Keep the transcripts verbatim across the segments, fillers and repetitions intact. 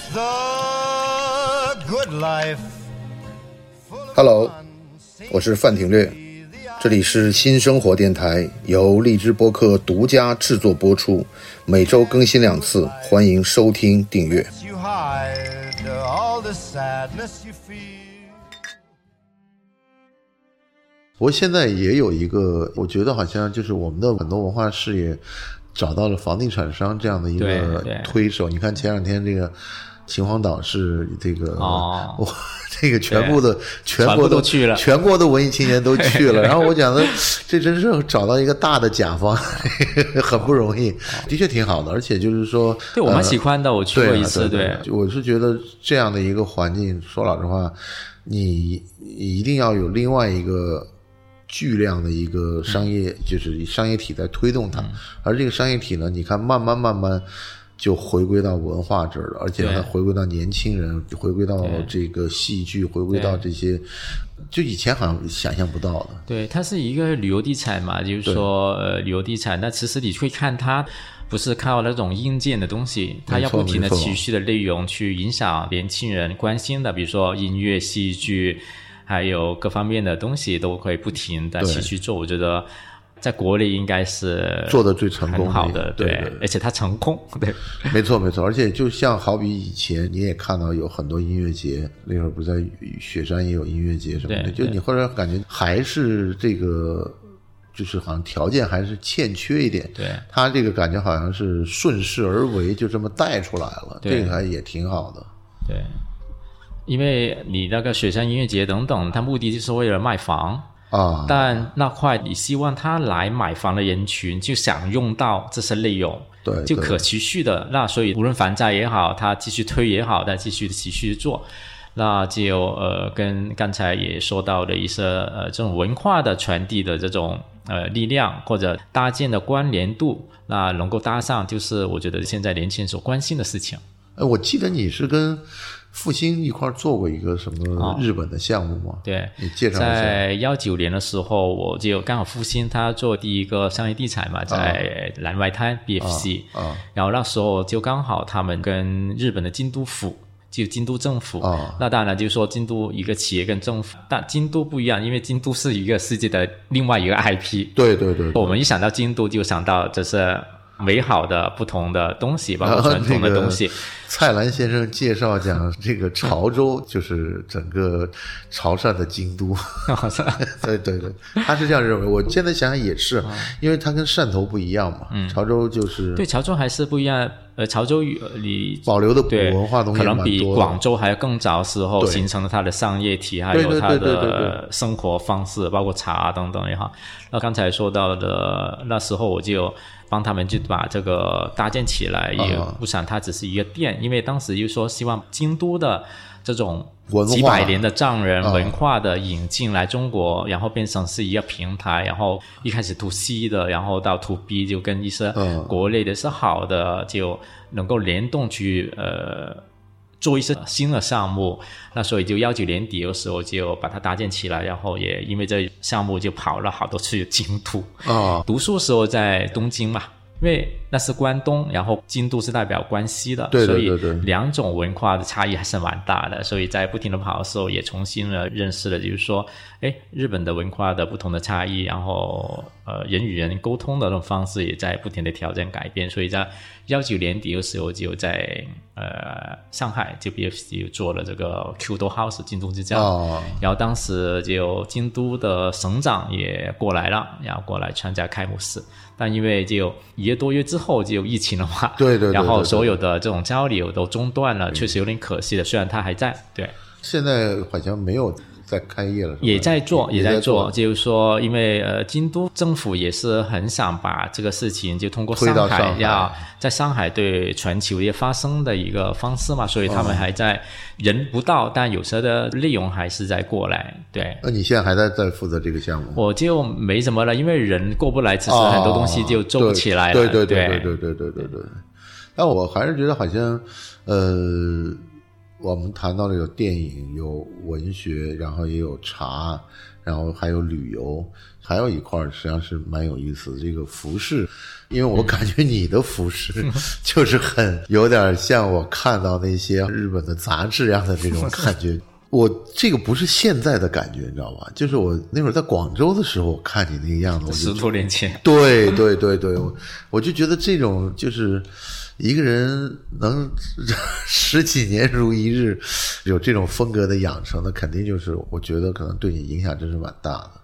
the good life. Hello， 我是范廷略，这里是新生活电台，由荔枝播客独家制作播出，每周更新两次，欢迎收听订阅。我现在也有一个，我觉得好像就是我们的很多文化事业找到了房地产商这样的一个推手。你看前两天这个秦皇岛是这个哦， 我这个全部的全国都去了， 全国的文艺青年都去了。然后我讲的这真是找到一个大的甲方，很不容易，的确挺好的。而且就是说， 对我蛮喜欢的，呃、我去过一次。 对、啊，对，我是觉得这样的一个环境，说老实话，你一定要有另外一个巨量的一个商业，嗯、就是商业体在推动它，嗯、而这个商业体呢，你看慢慢慢慢就回归到文化这儿了，而且它回归到年轻人，回归到这个戏剧，回归到这些，就以前好像想象不到的。 对，它是一个旅游地产嘛，就是说呃旅游地产，那其实你会看它不是靠那种硬件的东西，它要不停的持续的内容去影响年轻人关心的，比如说音乐、戏剧。还有各方面的东西都可以不停的持续做，我觉得在国内应该是做的最成功的， 很好的，对， 对对， 而且它成功，对， 没错没错。而且就像好比以前你也看到有很多音乐节，那会儿不在雪山也有音乐节什么的，就你后来感觉还是这个就是好像条件还是欠缺一点， 对， 他这个感觉好像是顺势而为，就这么带出来了，这个还也挺好的， 对。因为你那个雪山音乐节等等，它目的就是为了卖房啊， 但那块你希望他来买房的人群就想用到这些内容， 对， 就可持续的。那所以无论房价也好，他继续推也好，他继续持续做，那就呃跟刚才也说到的一些呃这种文化的传递的这种呃力量或者搭建的关联度，那能够搭上，就是我觉得现在年轻人所关心的事情。 哎，我记得你是跟复兴一块做过一个什么日本的项目吗？ 哦、对， 你介绍一下。 在一九年的时候，我就刚好复兴他做第一个商业地产嘛，在南外滩 B F C，、 啊啊、 然后那时候就刚好他们跟日本的京都府，就京都政府， 啊、 那当然就是说京都一个企业跟政府，但京都不一样，因为京都是一个世界的另外一个 I P。 对对 对, 对， 我们一想到京都就想到这是美好的不同的东西，包括传统的东西。 蔡澜先生介绍讲，这个潮州就是整个潮汕的京都。对对对，他是这样认为。我现在想想也是，因为它跟汕头不一样嘛。嗯，潮州就是对潮州还是不一样。呃，潮州你保留的古文化东西可能比广州还要更早时候形成了它的商业体，还有它的生活方式，包括茶等等也好。那刚才说到的那时候，我就帮他们就把这个搭建起来，也不想它只是一个店，因为当时就说希望京都的这种几百年的藏人文化的引进来中国，然后变成是一个平台，然后一开始 to C 的，然后到 to B 就跟一些国内的是好的就能够联动去呃做一些新的项目。那所以就一九年底的时候就把它搭建起来，然后也因为这项目就跑了好多次京都。 哦， 读书时候在东京嘛，因为那是关东，然后京都是代表关西的， 对对对对， 所以两种文化的差异还是蛮大的。所以在不停的跑的时候，也重新的认识了，就是说，哎，日本的文化的不同的差异，然后呃，人与人沟通的那种方式也在不停的调整改变。所以在一九年底的时候，就在呃上海就 B F C 做了这个 Kyudo House 京都之家， 哦， 然后当时就京都的省长也过来了，然后过来参加开幕式。但因为就一个多月之后就有疫情了嘛， 对 对, 对, 对, 对， 然后所有的这种交流都中断了，确实有点可惜的。虽然它还在，对， 现在好像没有在开业了， 也在做，也在做， 做就是说，因为呃，京都政府也是很想把这个事情就通过上海， 上海要在上海对全球也发生的一个方式嘛，所以他们还在、哦、人不到，但有些的内容还是在过来。对， 那你现在还在在负责这个项目？ 我就没什么了，因为人过不来，其实很多东西就做不起来了。 哦、对对对对对对对对对。但我还是觉得好像，呃。我们谈到了有电影有文学，然后也有茶， 然后还有旅游，还有一块实际上是蛮有意思的，这个服饰。因为我感觉你的服饰就是很有点像我看到那些日本的杂志一样的这种感觉。我这个不是现在的感觉，你知道吧？就是我那会儿在广州的时候，我看你那个样子，我就十多年前， 对对对对，我我就觉得这种就是一个人能十几年如一日，有这种风格的养成的，肯定就是我觉得可能对你影响真是蛮大的。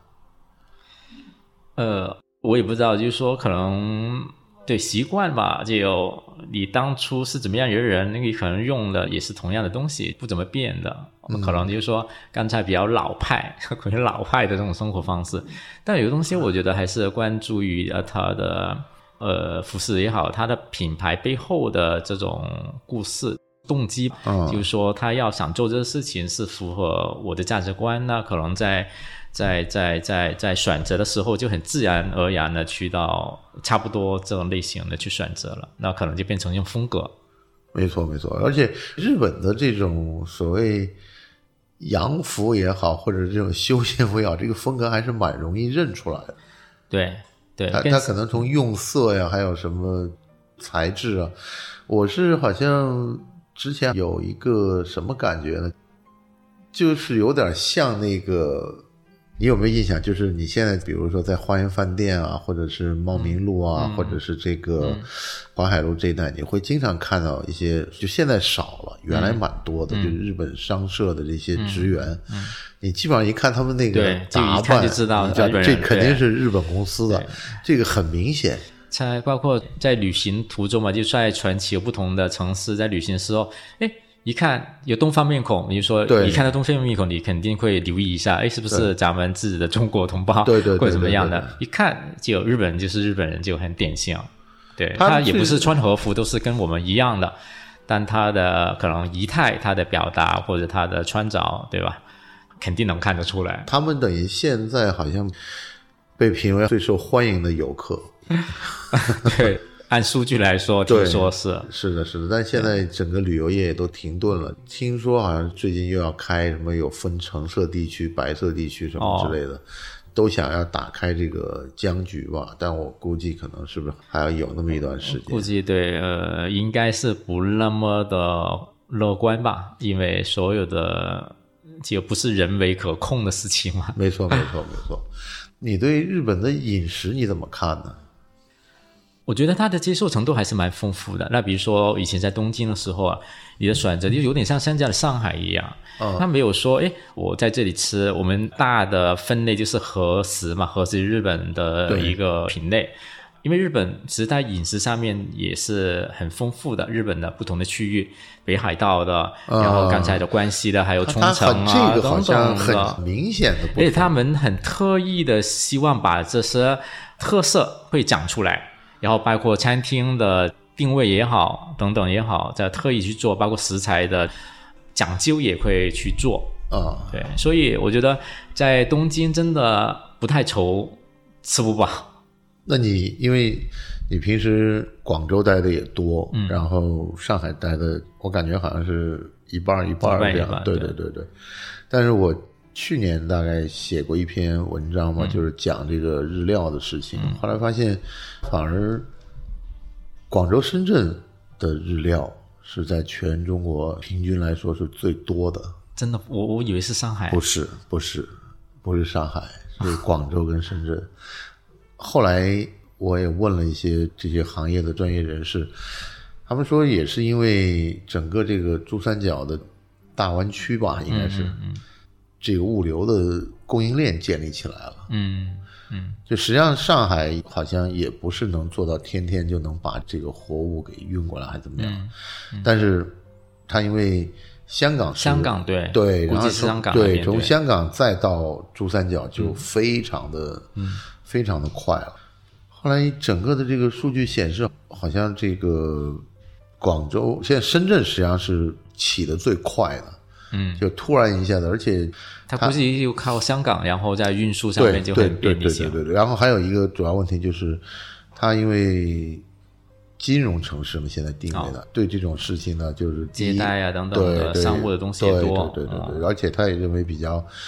呃。我也不知道，就是说可能对习惯吧，就有你当初是怎么样一个人，那个可能用的也是同样的东西，不怎么变的。嗯、可能就是说刚才比较老派，可能老派的这种生活方式。但有个东西，我觉得还是关注于呃它的呃服饰也好，它的品牌背后的这种故事动机，哦、就是说他要想做这个事情是符合我的价值观，那可能在。在在在在选择的时候就很自然而然的去到差不多这种类型的去选择了，那可能就变成一种风格。 没错没错，而且日本的这种所谓洋服也好，或者这种休闲服也好，这个风格还是蛮容易认出来的。 对对， 它它可能从用色呀，还有什么材质啊，我是好像之前有一个什么感觉呢，就是有点像那个。你有没有印象，就是你现在比如说在花园饭店啊，或者是茂名路啊、嗯、或者是这个淮海路这一带、嗯、你会经常看到一些，就现在少了，原来蛮多的、嗯、就是日本商社的这些职员、嗯嗯、你基本上一看他们那个打扮， 一看就知道这肯定是日本公司的，这个很明显。 在包括在旅行途中嘛，就在传奇有不同的城市，在旅行的时候，诶一看有东方面孔，你就说你看到东方面孔，你肯定会留意一下，哎，是不是咱们自己的中国同胞， 对对对， 或者怎么样的？一看就有日本人，就是日本人，就很典型。对，他也不是穿和服，都是跟我们一样的，但他的可能仪态、他的表达或者他的穿着，对吧？肯定能看得出来。 他们等于现在好像被评为最受欢迎的游客。 对。按数据来说，听说是是的，是的，但现在整个旅游业都停顿了。听说好像最近又要开什么，有分橙色地区、白色地区什么之类的，哦、都想要打开这个僵局吧。但我估计可能是不是还要有那么一段时间？ 估计对，呃，应该是不那么的乐观吧，因为所有的就不是人为可控的事情嘛。 没错，没错，没错。你对日本的饮食你怎么看呢？ 我觉得他的接受程度还是蛮丰富的。那比如说以前在东京的时候啊，你的选择就有点像现在的上海一样，哦、他没有说诶我在这里吃，我们大的分类就是和食嘛，和食日本的一个品类。因为日本其实在饮食上面也是很丰富的，日本的不同的区域，北海道的，嗯、然后刚才的关西的，还有冲绳啊， 这个好像很明显的不同， 而且他们很特意的希望把这些特色会讲出来。然后包括餐厅的定位也好等等也好，在特意去做，包括食材的讲究也会去做啊、 嗯。对，所以我觉得在东京真的不太愁吃不饱。 那你因为你平时广州待的也多，嗯、然后上海待的我感觉好像是一半一半这样，对对对对。但是我去年大概写过一篇文章嘛，嗯、就是讲这个日料的事情，嗯、后来发现反而广州深圳的日料是在全中国平均来说是最多的。 真的？我我以为是上海。 不是不是不是上海，是广州跟深圳。后来我也问了一些这些行业的专业人士，他们说也是因为整个这个珠三角的大湾区吧，应该是、嗯嗯、这个物流的供应链建立起来了。 嗯嗯， 就实际上上海好像也不是能做到天天就能把这个货物给运过来，还怎么样？嗯嗯、但是它因为香港是香港对对，然后香港对从香港再到珠三角就非常的、嗯、非常的快了。后来整个的这个数据显示，好像这个广州现在深圳实际上是起得最快的， 嗯， 就突然一下子，而且它估计又靠香港，然后在运输上面就很便利性。 对对对对对。然后还有一个主要问题就是，它因为金融城市嘛，现在定位的、哦、对这种事情呢，就是接待啊等等的商务的东西也多， 对对对对对、嗯，而且他也认为比较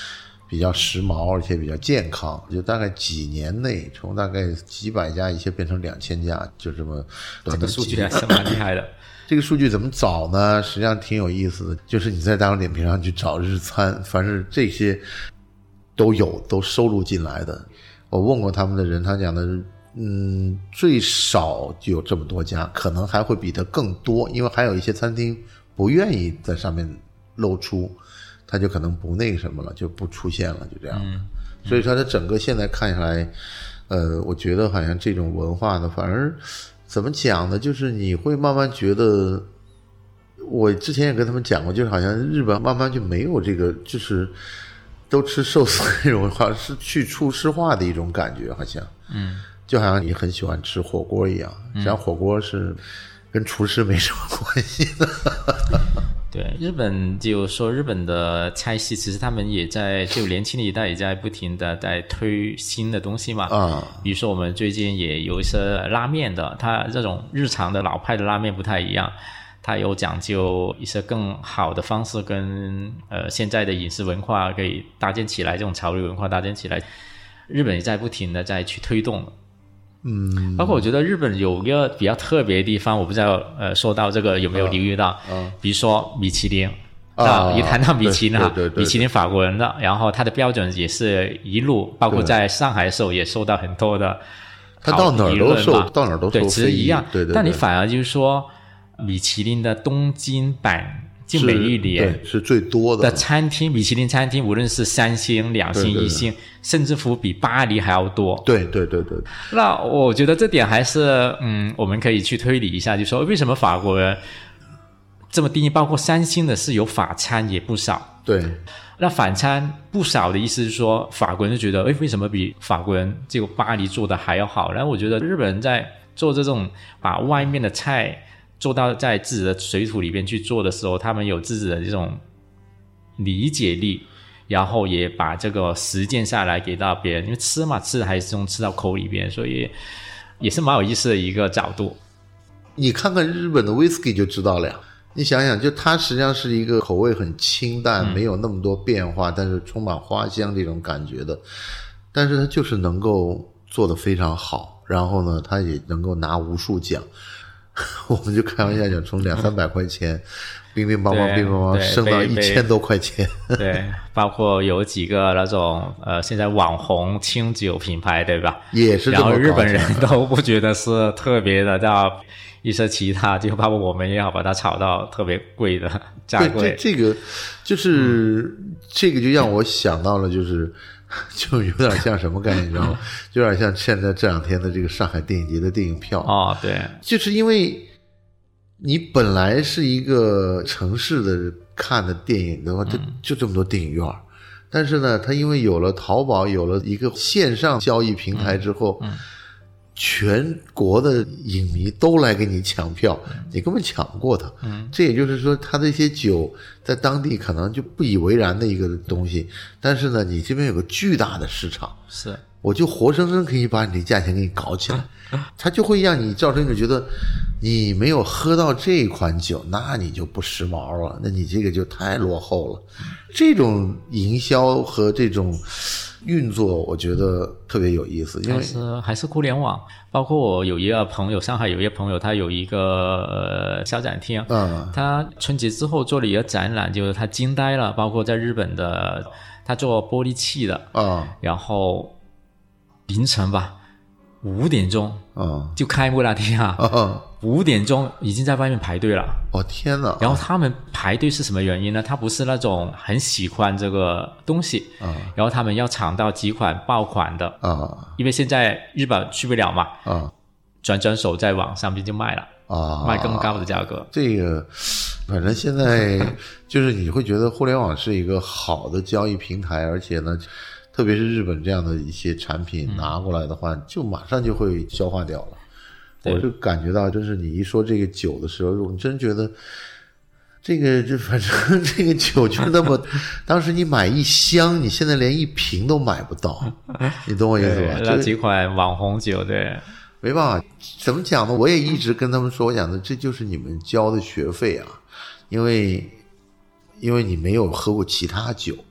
比较时髦，而且比较健康，就大概几年内从大概几百家一下变成两千家，就这么短的这个数据还是蛮厉害的。 这个数据怎么找呢？实际上挺有意思的，就是你在大众点评上去找日餐，凡是这些都有，都收录进来的。我问过他们的人，他讲的嗯，最少就有这么多家，可能还会比它更多，因为还有一些餐厅不愿意在上面露出，他就可能不那个什么了，就不出现了，就这样。嗯，所以说它整个现在看下来，呃，我觉得好像这种文化呢，反而怎么讲呢？就是你会慢慢觉得，我之前也跟他们讲过，就是好像日本慢慢就没有这个，就是都吃寿司那种，好像是去厨师化的一种感觉，好像，嗯，就好像你很喜欢吃火锅一样，实际上火锅是跟厨师没什么关系的。 对，日本就说日本的菜系，其实他们也在就年轻的一代也在不停的在推新的东西嘛。啊，比如说我们最近也有一些拉面的，它这种日常的老派的拉面不太一样，它有讲究一些更好的方式跟呃现在的饮食文化可以搭建起来，这种潮流文化搭建起来，日本也在不停的在去推动。嗯，包括我觉得日本有一个比较特别的地方，我不知道呃说到这个有没有留意到，啊啊、比如说米其林啊，一谈到米其林哈，米其林法国人的，然后它的标准也是一路，包括在上海的时候也受到很多的他到哪儿都受，到哪儿都受， 对，其实一样， 对 对, 对。 但你反而就是说，米其林的东京版。就每一年是最多的的餐厅，米其林餐厅，无论是三星、两星、一星，甚至乎比巴黎还要多。 对对对对。 那我觉得这点还是，嗯，我们可以去推理一下，就说为什么法国人这么定义？包括三星的是有法餐也不少。 对。 那反餐不少的意思是说，法国人就觉得，诶，为什么比法国人这个巴黎做的还要好？然后我觉得日本人在做这种把外面的菜做到在自己的水土里边去做的时候，他们有自己的这种理解力，然后也把这个实践下来给到别人，因为吃嘛，吃还是从吃到口里边，所以也是蛮有意思的一个角度。 你看看日本的 whisky 就知道了呀，你想想，就它实际上是一个口味很清淡、嗯、没有那么多变化，但是充满花香这种感觉的，但是它就是能够做得非常好，然后呢它也能够拿无数奖。我们就开玩笑讲，从两三百块钱冰冰邦邦冰冰邦邦升到一千多块钱。 对，包括有几个那种呃现在网红清酒品牌，对吧？ 也是这么高。 然后日本人都不觉得是特别的，到一些其他，就包括我们也好，把它炒到特别贵的价位。 对，这个就是、嗯、这个就让我想到了，就是就有点像什么概念，你知道吗？就有点像现在这两天的这个上海电影节的电影票。 哦，对， 就是因为你本来是一个城市的看的电影的话，就就这么多电影院、嗯、但是呢，它因为有了淘宝，有了一个线上交易平台之后，嗯嗯，全国的影迷都来给你抢票，你根本抢不过他。嗯，这也就是说，他这些酒在当地可能就不以为然的一个东西，但是呢，你这边有个巨大的市场， 是， 我就活生生可以把你的价钱给你搞起来，它就会让你造成一种觉得你没有喝到这款酒，那你就不时髦了，那你这个就太落后了。这种营销和这种运作我觉得特别有意思，因为还是还是互联网。包括我有一个朋友，上海有一个朋友，他有一个呃小展厅，嗯，他春节之后做了一个展览，就是他惊呆了，包括在日本的，他做玻璃器的，嗯，然后凌晨吧五点钟，嗯，就开幕那天啊，嗯，五点钟已经在外面排队了。 哦天哪！ 然后他们排队是什么原因呢？他不是那种很喜欢这个东西，嗯，然后他们要抢到几款爆款的，啊，因为现在日本去不了嘛，啊，转转手在网上边就卖了，啊，卖更高的价格。 这个反正现在就是你会觉得互联网是一个好的交易平台，而且呢，特别是日本这样的一些产品拿过来的话，嗯，就马上就会消化掉了。我就感觉到，就是你一说这个酒的时候，我真觉得这个就反正这个酒就那么，当时你买一箱，你现在连一瓶都买不到，你懂我意思吧？ 那几款网红酒，对， 没办法，怎么讲呢？我也一直跟他们说，我讲的这就是你们交的学费啊，因为因为你没有喝过其他酒。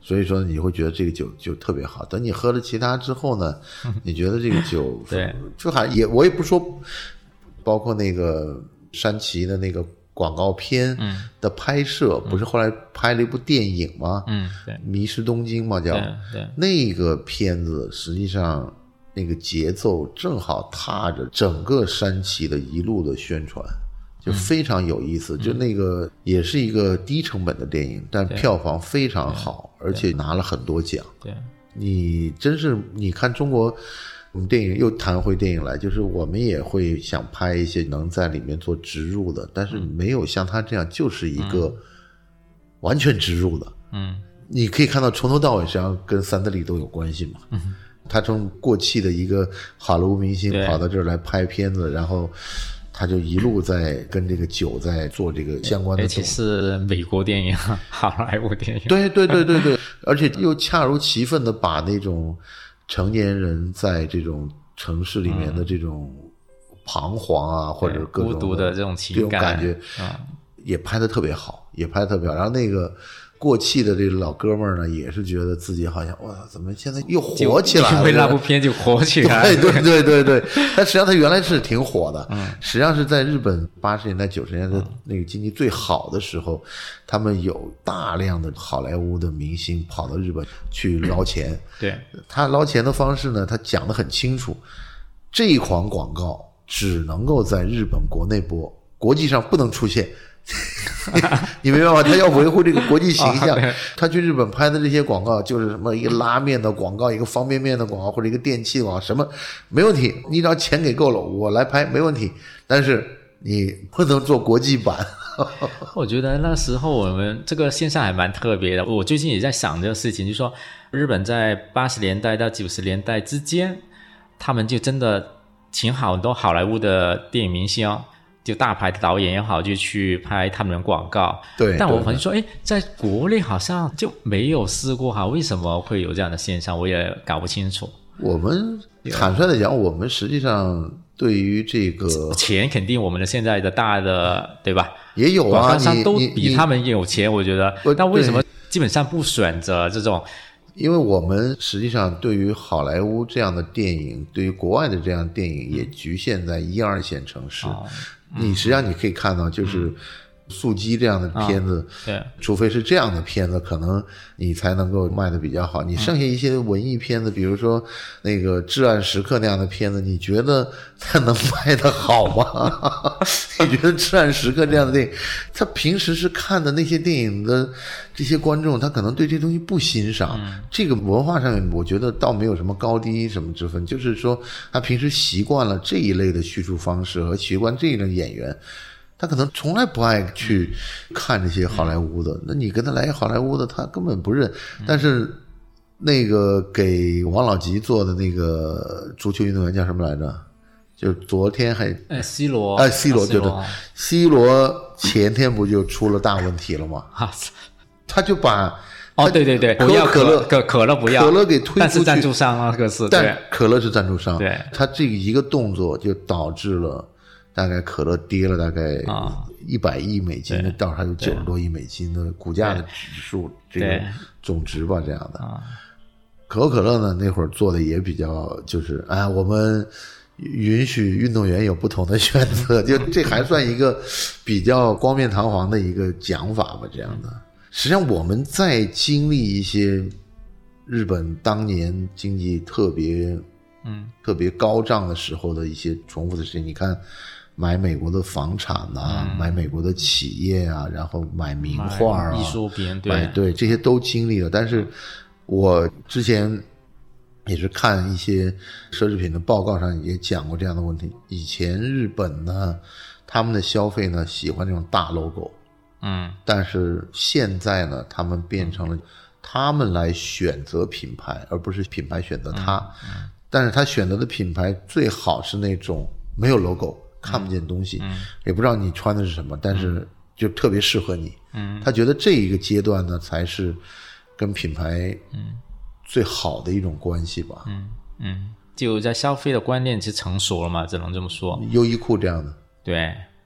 所以说你会觉得这个酒就特别好。等你喝了其他之后呢，你觉得这个酒对， 就还也我也不说，包括那个山崎的那个广告片的拍摄，嗯、不是后来拍了一部电影吗？ 嗯，对， 迷失东京嘛，叫对对那个片子，实际上那个节奏正好踏着整个山崎的一路的宣传。就非常有意思、嗯、就那个也是一个低成本的电影，但票房非常好，而且拿了很多奖。 对， 你真是你看中国我们电影又谈回电影来，就是我们也会想拍一些能在里面做植入的，但是没有像他这样就是一个完全植入的。 嗯， 你可以看到从头到尾实际上跟三德利都有关系嘛。 嗯， 他从过气的一个好莱坞明星跑到这儿来拍片子，然后他就一路在跟这个酒在做这个相关的， 而且是美国电影，好莱坞电影。 对对对对对，而且又恰如其分的把那种成年人在这种城市里面的这种彷徨啊，嗯、或者各种孤独的这种情感，这种感觉，嗯，也拍得特别好，也拍得特别好。然后那个过气的这个老哥们儿呢，也是觉得自己好像哇，怎么现在又火起来了？ 因为那部片就火起来了。 对对对对对，但实际上他原来是挺火的。嗯，实际上是在日本八十年代、九十年代的那个经济最好的时候，他们有大量的好莱坞的明星跑到日本去捞钱。 对， 他捞钱的方式呢，他讲得很清楚，这一款广告只能够在日本国内播，国际上不能出现。你明白吗？他要维护这个国际形象，哦、他去日本拍的这些广告就是什么一个拉面的广告，一个方便面的广告，或者一个电器广告，什么没问题，你只要钱给够了，我来拍没问题。但是你不能做国际版。 我觉得那时候我们这个现象还蛮特别的。我最近也在想这个事情，就是说日本在八十年代到九十年代之间，他们就真的请好多好莱坞的电影明星。就大牌的导演也好，就去拍他们的广告。 对， 但我发现说，哎，在国内好像就没有试过哈，为什么会有这样的现象？我也搞不清楚。 我们坦率的讲，我们实际上对于这个钱，肯定我们的现在的大的对吧？ 也有啊， 广告商都比他们有钱，我觉得。但为什么基本上不选择这种？ 因为我们实际上对于好莱坞这样的电影，对于国外的这样的电影，也局限在一二线城市。哦你实际上你可以看到，就是速激这样的片子， 嗯、对， 除非是这样的片子，可能你才能够卖的比较好。你剩下一些文艺片子，比如说那个《至暗时刻》那样的片子，你觉得它能卖得好吗？你觉得《至暗时刻》这样的电影，他平时是看的那些电影的这些观众，他可能对这东西不欣赏。嗯、这个文化上面，我觉得倒没有什么高低什么之分，就是说他平时习惯了这一类的叙述方式和习惯这一类演员。他可能从来不爱去看这些好莱坞的，那你跟他来一好莱坞的，他根本不认。但是那个给王老吉做的那个足球运动员叫什么来着？就昨天还哎 C 罗哎 C 罗对对 C 罗前天不就出了大问题了吗？他就把哦对对对，不要可乐可可乐不要可乐给推出去， 但是赞助商啊，这个是但可乐是赞助商， 对， 他这个一个动作就导致了。大概可乐跌了大概一百亿美金的，到还有九十多亿美金的股价的指数，这个总值吧，这样的。可口可乐呢，那会儿做的也比较，就是哎，我们允许运动员有不同的选择，就这还算一个比较光面堂皇的一个讲法吧，这样的。实际上，我们在经历一些日本当年经济特别嗯特别高涨的时候的一些重复的事情，你看。买美国的房产啊、嗯，买美国的企业啊，然后买名画啊， 艺术品， 对对，这些都经历了。但是我之前也是看一些奢侈品的报告上也讲过这样的问题。以前日本呢，他们的消费呢喜欢这种大 logo， 嗯， 但是现在呢，他们变成了他们来选择品牌，而不是品牌选择他。 嗯嗯、 但是他选择的品牌最好是那种没有 logo。看不见东西、 嗯、 也不知道你穿的是什么，但是就特别适合你。 嗯， 他觉得这一个阶段呢才是跟品牌最好的一种关系吧。 嗯嗯，就在消费的观念其实成熟了嘛，只能这么说。 优衣库这样的。 对，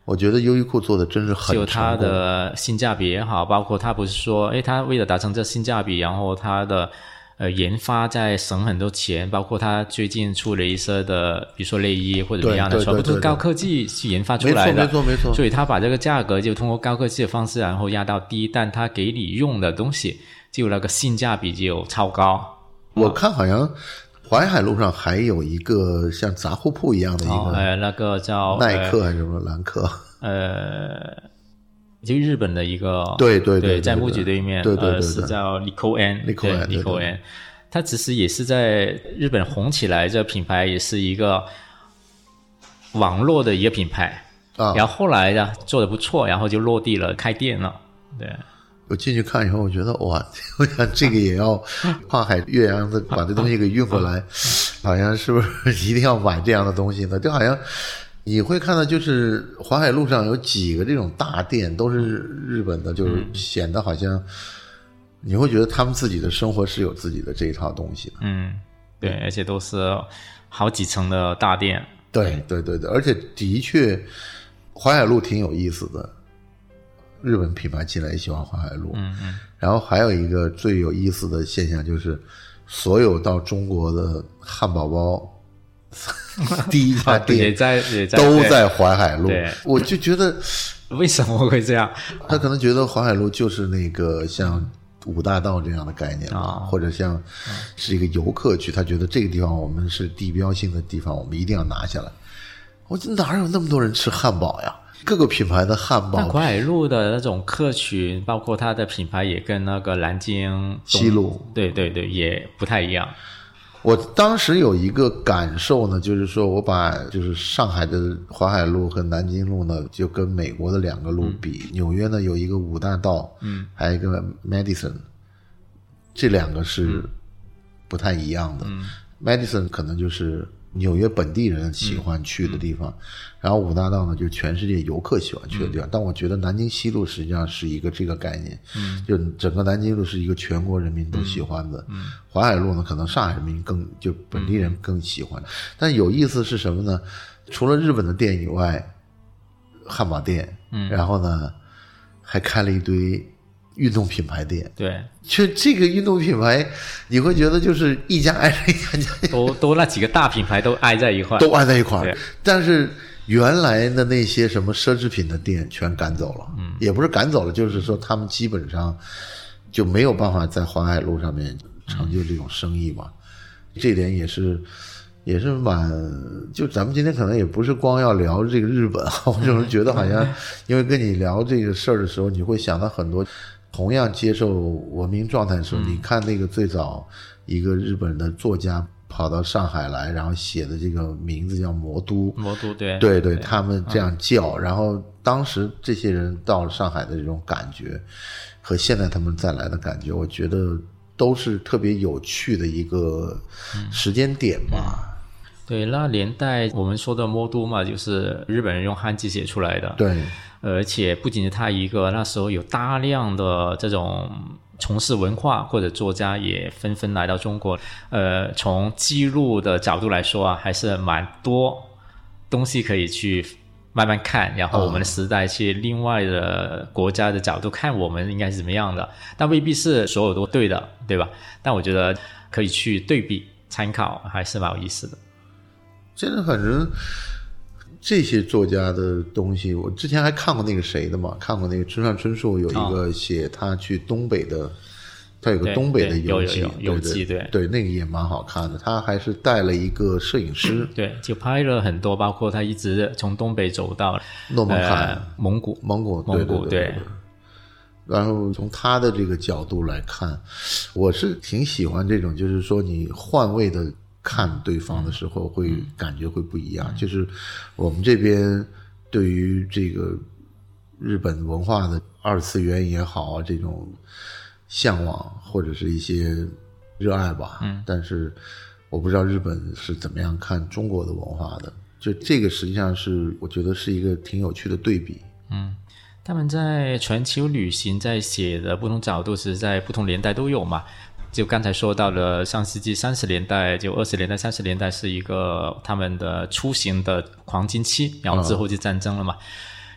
我觉得优衣库做的真是很成功， 就它的性价比也好，包括它不是说，诶，它为了达成这性价比，然后它的呃研发在省很多钱，包括它最近出了一些的，比如说内衣或者怎么样的，全部都是高科技去研发出来的， 没错没错没错。 所以它把这个价格就通过高科技的方式，然后压到低，但它给你用的东西就那个性价比就超高。 我看好像淮海路上还有一个像杂货铺一样的一个， 哦、呃，那个叫耐克还是什么兰克？ 呃，就日本的一个， 对对 对, 对, 对， 在木榉对面， 对对对对， 呃，是叫 Nico N，Nico N，Nico N，它其实也是在日本红起来，这个品牌也是一个网络的一个品牌， 啊， 然后后来呢做得不错，然后就落地了，开店了，对。 我进去看以后，我觉得哇，我想这个也要跨海越洋的把这东西给运回来，好像是不是一定要买这样的东西呢？就好像你会看到，就是淮海路上有几个这种大店都是日本的，就是显得好像你会觉得他们自己的生活是有自己的这一套东西的。 嗯，对，而且都是好几层的大店。 对对对对，而且的确淮海路挺有意思的。日本品牌进来也喜欢淮海路， 嗯嗯， 然后还有一个最有意思的现象就是，所有到中国的汉堡包第一家店也在也在都在淮海路， 对， 我就觉得为什么会这样？ 他可能觉得淮海路就是那个像五大道这样的概念吧， 哦、 或者像是一个游客区，他觉得这个地方我们是地标性的地方，我们一定要拿下来。我觉得哪有那么多人吃汉堡呀？各个品牌的汉堡， 那淮海路的那种客群，包括它的品牌也跟那个南京西路， 对对对，也不太一样。 我当时有一个感受呢，就是说我把就是上海的淮海路和南京路呢，就跟美国的两个路比，嗯、纽约呢有一个五大道， 嗯， 还有一个 Madison， 这两个是不太一样的。 嗯 Madison 可能就是纽约本地人喜欢去的地方，嗯、然后五大道呢，就全世界游客喜欢去的地方。嗯、但我觉得南京西路实际上是一个这个概念， 嗯， 就整个南京路是一个全国人民都喜欢的。 嗯， 淮海路呢，可能上海人民更就本地人更喜欢。嗯、但有意思是什么呢？除了日本的店以外，汉堡店， 嗯， 然后呢，还开了一堆运动品牌店， 对， 就这个运动品牌，你会觉得就是一家挨着一家， 都都那几个大品牌都挨在一块， 都挨在一块。但是原来的那些什么奢侈品的店全赶走了， 嗯， 也不是赶走了，就是说他们基本上就没有办法在淮海路上面成就这种生意嘛。嗯、这点也是也是蛮，就咱们今天可能也不是光要聊这个日本，我就是觉得好像因为跟你聊这个事儿的时候，你会想到很多。同样接受文明状态的时候，嗯、你看那个最早一个日本的作家跑到上海来，然后写的这个名字叫魔都， 魔都对对对，他们这样叫，嗯、然后当时这些人到了上海的这种感觉，和现在他们再来的感觉，我觉得都是特别有趣的一个时间点吧。 嗯嗯对，那年代我们说的魔都嘛，就是日本人用汉字写出来的。 对， 而且不仅是他一个，那时候有大量的这种从事文化或者作家也纷纷来到中国。呃，从记录的角度来说啊，还是蛮多东西可以去慢慢看，然后我们的时代去另外的国家的角度看我们应该是怎么样的，但未必是所有都对的，对吧？但我觉得可以去对比参考，还是蛮有意思的。 现在反正这些作家的东西，我之前还看过那个谁的嘛，看过那个村上春树有一个写他去东北的，哦、他有个东北的游记， 游记对对, 对, 对，那个也蛮好看的。他还是带了一个摄影师， 对，就拍了很多，包括他一直从东北走到诺门坎、 呃、蒙古、 蒙古、 蒙古，对。 对对对对然后从他的这个角度来看，我是挺喜欢这种，就是说你换位的。看对方的时候会感觉会不一样，嗯、就是我们这边对于这个日本文化的二次元也好啊，这种向往或者是一些热爱吧， 嗯， 但是我不知道日本是怎么样看中国的文化的，就这个实际上是我觉得是一个挺有趣的对比。 嗯，他们在全球旅行在写的不同角度是在不同年代都有嘛。就刚才说到了上世纪三十年代，就二十年代、三十年代是一个他们的出行的黄金期，然后之后就战争了嘛。嗯、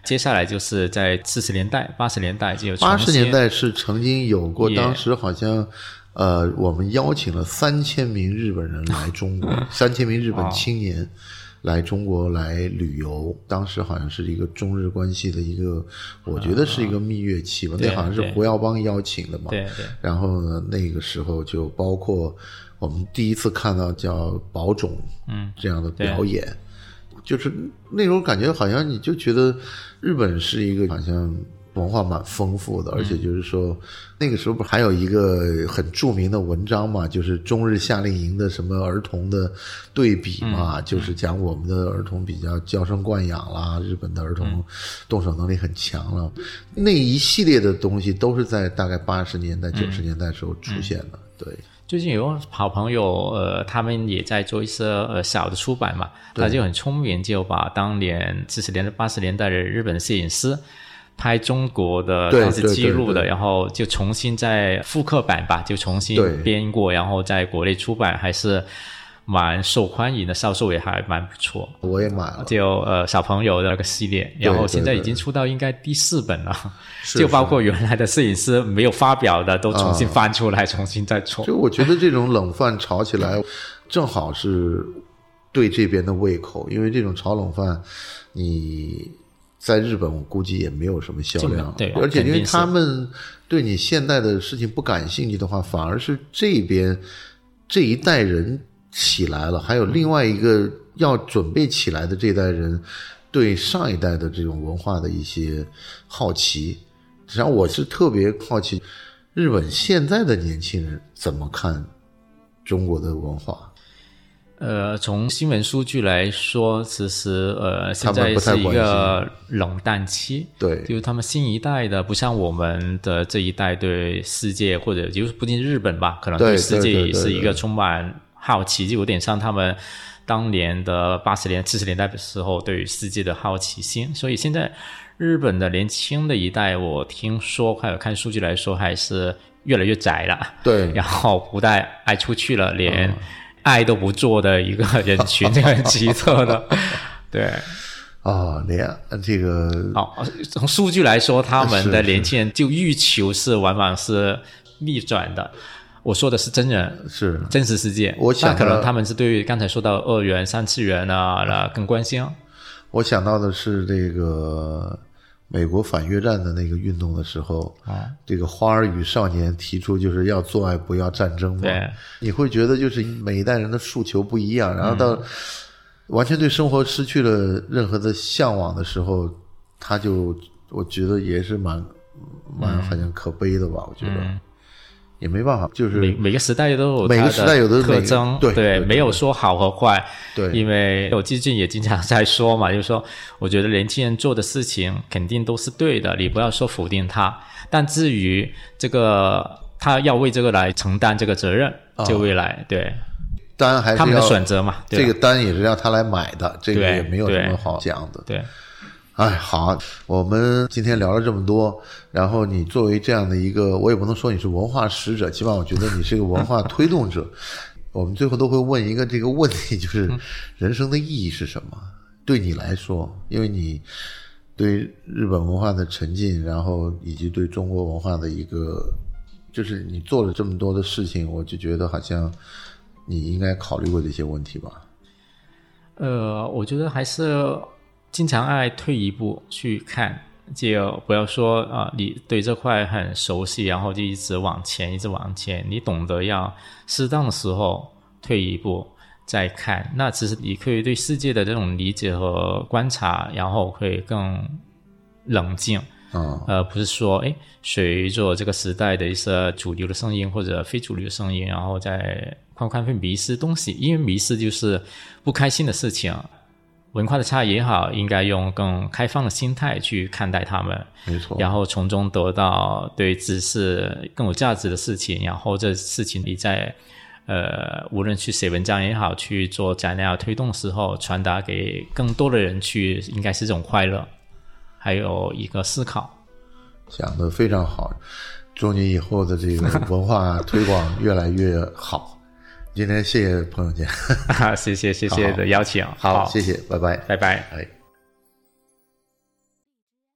接下来就是在四十年代、八十年代就八十年代是曾经有过，当时好像呃，我们邀请了三千名日本人来中国，三千名日本青年。哦来中国来旅游，当时好像是一个中日关系的一个，我觉得是一个蜜月期吧。嗯、那好像是胡耀邦邀请的嘛。 对对。 然后呢，那个时候就包括我们第一次看到叫宝冢嗯这样的表演，嗯、就是那种感觉，好像你就觉得日本是一个好像文化蛮丰富的，而且就是说、嗯、那个时候不还有一个很著名的文章嘛，就是中日夏令营的什么儿童的对比嘛、嗯、就是讲我们的儿童比较娇生惯养啦，日本的儿童动手能力很强了、嗯、那一系列的东西都是在大概八十年代九十年代时候出现的、嗯、对。 最近有好朋友呃他们也在做一些呃小的出版嘛，他就很聪明，就把当年七十年代八十年代的日本摄影师拍中国的当时记录的，对对对对，然后就重新再复刻版吧，就重新编过，然后在国内出版，还是蛮受欢迎的，销售也还蛮不错。 我也买了， 就呃小朋友的那个系列，然后现在已经出到应该第四本了，对对对，就包括原来的摄影师没有发表的都重新翻出来、啊、重新再做。 就我觉得这种冷饭炒起来正好是对这边的胃口，因为这种炒冷饭你在日本我估计也没有什么销量， 对， 而且因为他们对你现代的事情不感兴趣的话，反而是这边这一代人起来了，还有另外一个要准备起来的这一代人对上一代的这种文化的一些好奇。实际上我是特别好奇日本现在的年轻人怎么看中国的文化。 呃，从新闻数据来说，其实呃，现在是一个冷淡期。 对， 就是他们新一代的，不像我们的这一代对世界，或者就是不仅日本吧，可能对世界也是一个充满好奇，就有点像他们当年的八十年、七十年代的时候对于世界的好奇心。所以现在日本的年轻的一代，我听说还有看数据来说，还是越来越窄了。 对， 然后不太爱出去了，连、嗯。爱都不做的一个人群，这个很奇特的，对， 啊、哦，连这个好，从数据来说，他们的年轻人就欲求是往往是逆转的。我说的是真人， 是真实世界。 我想可能他们是对于刚才说到二元、三次元啊更关心。 我想到的是这个美国反越战的那个运动的时候，啊，这个花儿与少年提出就是要做爱不要战争嘛。 对， 你会觉得就是每一代人的诉求不一样，然后到完全对生活失去了任何的向往的时候，他就我觉得也是蛮蛮好像可悲的吧，我觉得。嗯，也没办法，就是每每个时代都有每个时代有的特征， 对对, 对，没有说好和坏， 对， 因为我最近也经常在说嘛，就是说，我觉得年轻人做的事情肯定都是对的，你不要说否定他，但至于这个他要为这个来承担这个责任，哦、就未来对， 单还是他们的选择嘛， 对，这个单也是让他来买的，这个也没有什么好讲的， 对。对哎，好，我们今天聊了这么多，然后你作为这样的一个，我也不能说你是文化使者，起码我觉得你是个文化推动者。我们最后都会问一个这个问题，就是人生的意义是什么？对你来说，因为你对日本文化的沉浸，然后以及对中国文化的一个，就是你做了这么多的事情，我就觉得好像你应该考虑过这些问题吧。 呃，我觉得还是经常爱退一步去看，就不要说啊、呃，你对这块很熟悉，然后就一直往前，一直往前。你懂得要适当的时候退一步再看，那其实你可以对世界的这种理解和观察，然后会更冷静。 嗯， 呃，不是说诶随着这个时代的一些主流的声音或者非主流的声音，然后再快快会迷失东西，因为迷失就是不开心的事情。文化的差异也好，应该用更开放的心态去看待他们， 没错， 然后从中得到对知识更有价值的事情，然后这事情你在呃无论去写文章也好，去做展览推动的时候传达给更多的人去，应该是这种快乐还有一个思考。 讲得非常好，祝你以后的这个文化推广越来越好。今天谢谢彭永健， 谢谢谢谢的邀请， 好，好，谢谢，拜拜， 拜拜。 哎。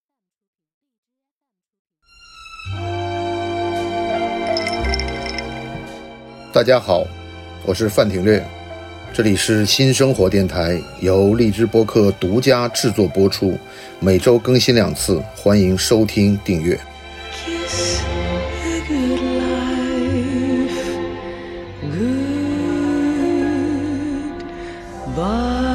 大家好，我是范廷略，这里是新生活电台，由荔枝播客独家制作播出，每周更新两次，欢迎收听订阅。 Bye.